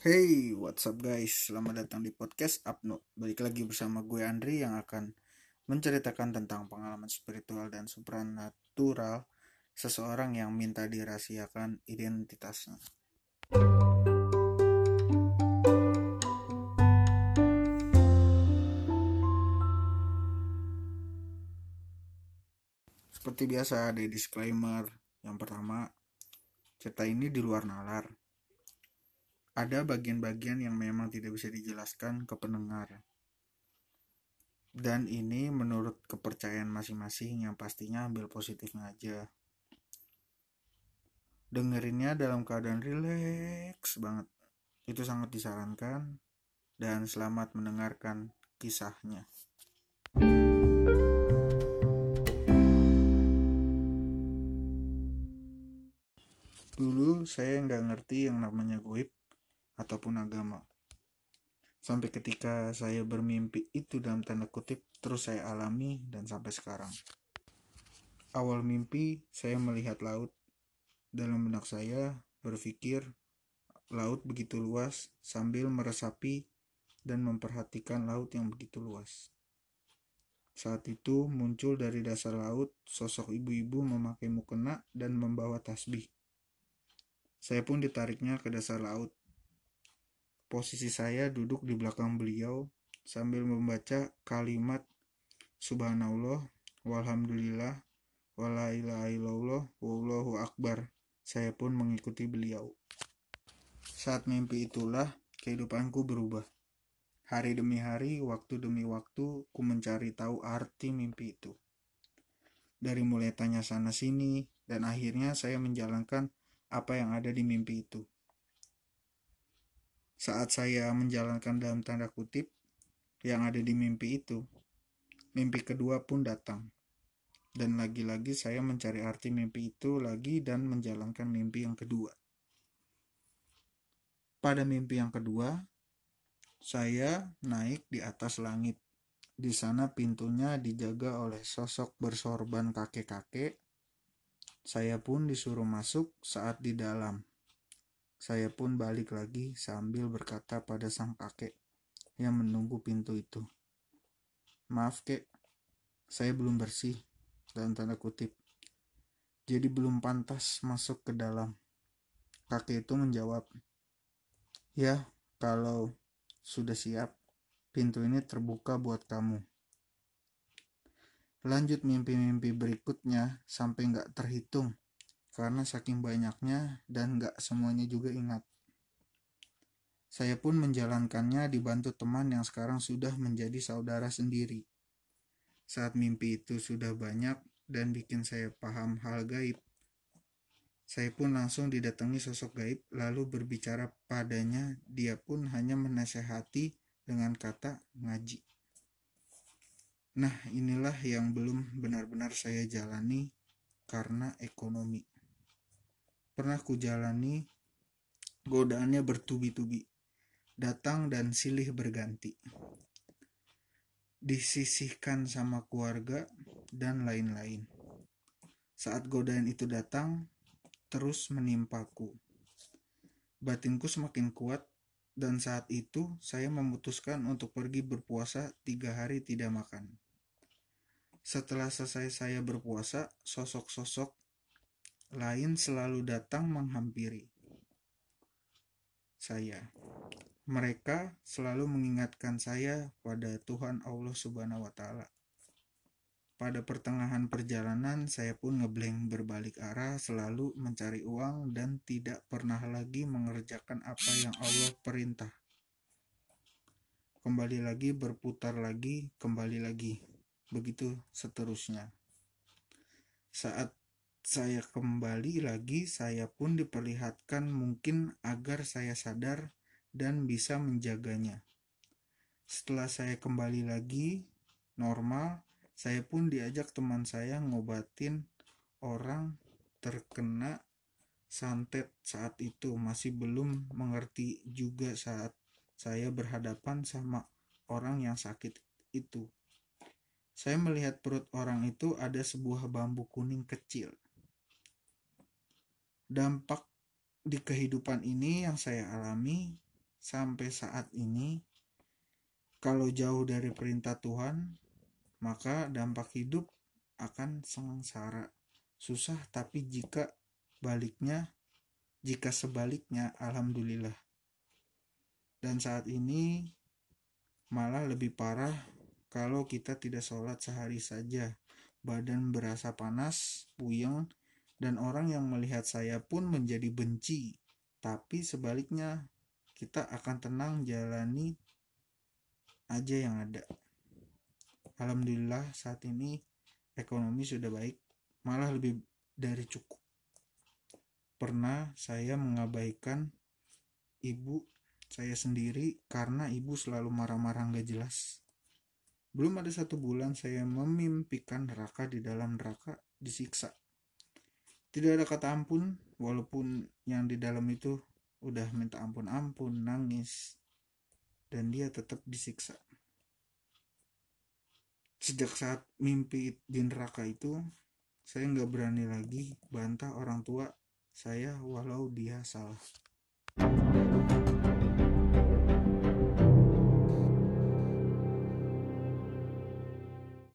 Hey, what's up guys? Selamat datang di podcast Apno. Balik lagi bersama gue Andri yang akan menceritakan tentang pengalaman spiritual dan supranatural seseorang yang minta dirahasiakan identitasnya. Seperti biasa ada disclaimer. Yang pertama, cerita ini di luar nalar. Ada bagian-bagian yang memang tidak bisa dijelaskan ke pendengar. Dan ini menurut kepercayaan masing-masing yang pastinya ambil positifnya aja. Dengerinnya dalam keadaan rileks banget. Itu sangat disarankan dan selamat mendengarkan kisahnya. Dulu saya nggak ngerti yang namanya goib ataupun agama. Sampai ketika saya bermimpi itu dalam tanda kutip terus saya alami dan sampai sekarang. Awal mimpi saya melihat laut. Dalam benak saya berpikir laut begitu luas sambil meresapi dan memperhatikan laut yang begitu luas. Saat itu muncul dari dasar laut sosok ibu-ibu memakai mukena dan membawa tasbih. Saya pun ditariknya ke dasar laut. Posisi saya duduk di belakang beliau sambil membaca kalimat Subhanallah, walhamdulillah, wala ilaha illallah, wallahu akbar. Saya pun mengikuti beliau. Saat mimpi itulah kehidupanku berubah. Hari demi hari, waktu demi waktu, ku mencari tahu arti mimpi itu. Dari mulai tanya sana sini, dan akhirnya saya menjalankan apa yang ada di mimpi itu. Saat saya menjalankan dalam tanda kutip yang ada di mimpi itu, mimpi kedua pun datang. Dan lagi-lagi saya mencari arti mimpi itu lagi dan menjalankan mimpi yang kedua. Pada mimpi yang kedua, saya naik di atas langit. Di sana pintunya dijaga oleh sosok bersorban kakek-kakek. Saya pun disuruh masuk saat di dalam. Saya pun balik lagi sambil berkata pada sang kakek yang menunggu pintu itu. Maaf kek, saya belum bersih, dalam tanda kutip. Jadi belum pantas masuk ke dalam. Kakek itu menjawab, ya kalau sudah siap, pintu ini terbuka buat kamu. Lanjut mimpi-mimpi berikutnya sampai gak terhitung. Karena saking banyaknya dan gak semuanya juga ingat. Saya pun menjalankannya dibantu teman yang sekarang sudah menjadi saudara sendiri. Saat mimpi itu sudah banyak dan bikin saya paham hal gaib, saya pun langsung didatangi sosok gaib lalu berbicara padanya. Dia pun hanya menasehati dengan kata ngaji. Nah, inilah yang belum benar-benar saya jalani karena ekonomi. Pernah ku jalani, godaannya bertubi-tubi, datang dan silih berganti. Disisihkan sama keluarga dan lain-lain. Saat godaan itu datang, terus menimpaku. Batinku semakin kuat dan saat itu saya memutuskan untuk pergi berpuasa 3 hari tidak makan. Setelah selesai saya berpuasa, sosok-sosok lain selalu datang menghampiri saya. Mereka selalu mengingatkan saya pada Tuhan Allah Subhanahu wa Ta'ala. Pada pertengahan perjalanan, saya pun ngeblank berbalik arah, selalu mencari uang dan tidak pernah lagi mengerjakan apa yang Allah perintah. Kembali lagi, berputar lagi, kembali lagi. Begitu seterusnya. Saat saya kembali lagi, saya pun diperlihatkan mungkin agar saya sadar dan bisa menjaganya. Setelah saya kembali lagi normal, saya pun diajak teman saya ngobatin orang terkena santet saat itu. Masih belum mengerti juga saat saya berhadapan sama orang yang sakit itu. Saya melihat perut orang itu ada sebuah bambu kuning kecil. Dampak di kehidupan ini yang saya alami, sampai saat ini, kalau jauh dari perintah Tuhan, maka dampak hidup akan sengsara, susah. Tapi jika sebaliknya, alhamdulillah. Dan saat ini malah lebih parah kalau kita tidak sholat sehari saja, badan berasa panas, puyeng, dan orang yang melihat saya pun menjadi benci. Tapi sebaliknya, kita akan tenang jalani aja yang ada. Alhamdulillah saat ini ekonomi sudah baik, malah lebih dari cukup. Pernah saya mengabaikan ibu saya sendiri karena ibu selalu marah-marah gak jelas. Belum ada 1 bulan saya memimpikan neraka, di dalam neraka disiksa. Tidak ada kata ampun, walaupun yang di dalam itu udah minta ampun-ampun, nangis, dan dia tetap disiksa. Sejak saat mimpi di neraka itu, saya gak berani lagi bantah orang tua saya walau dia salah.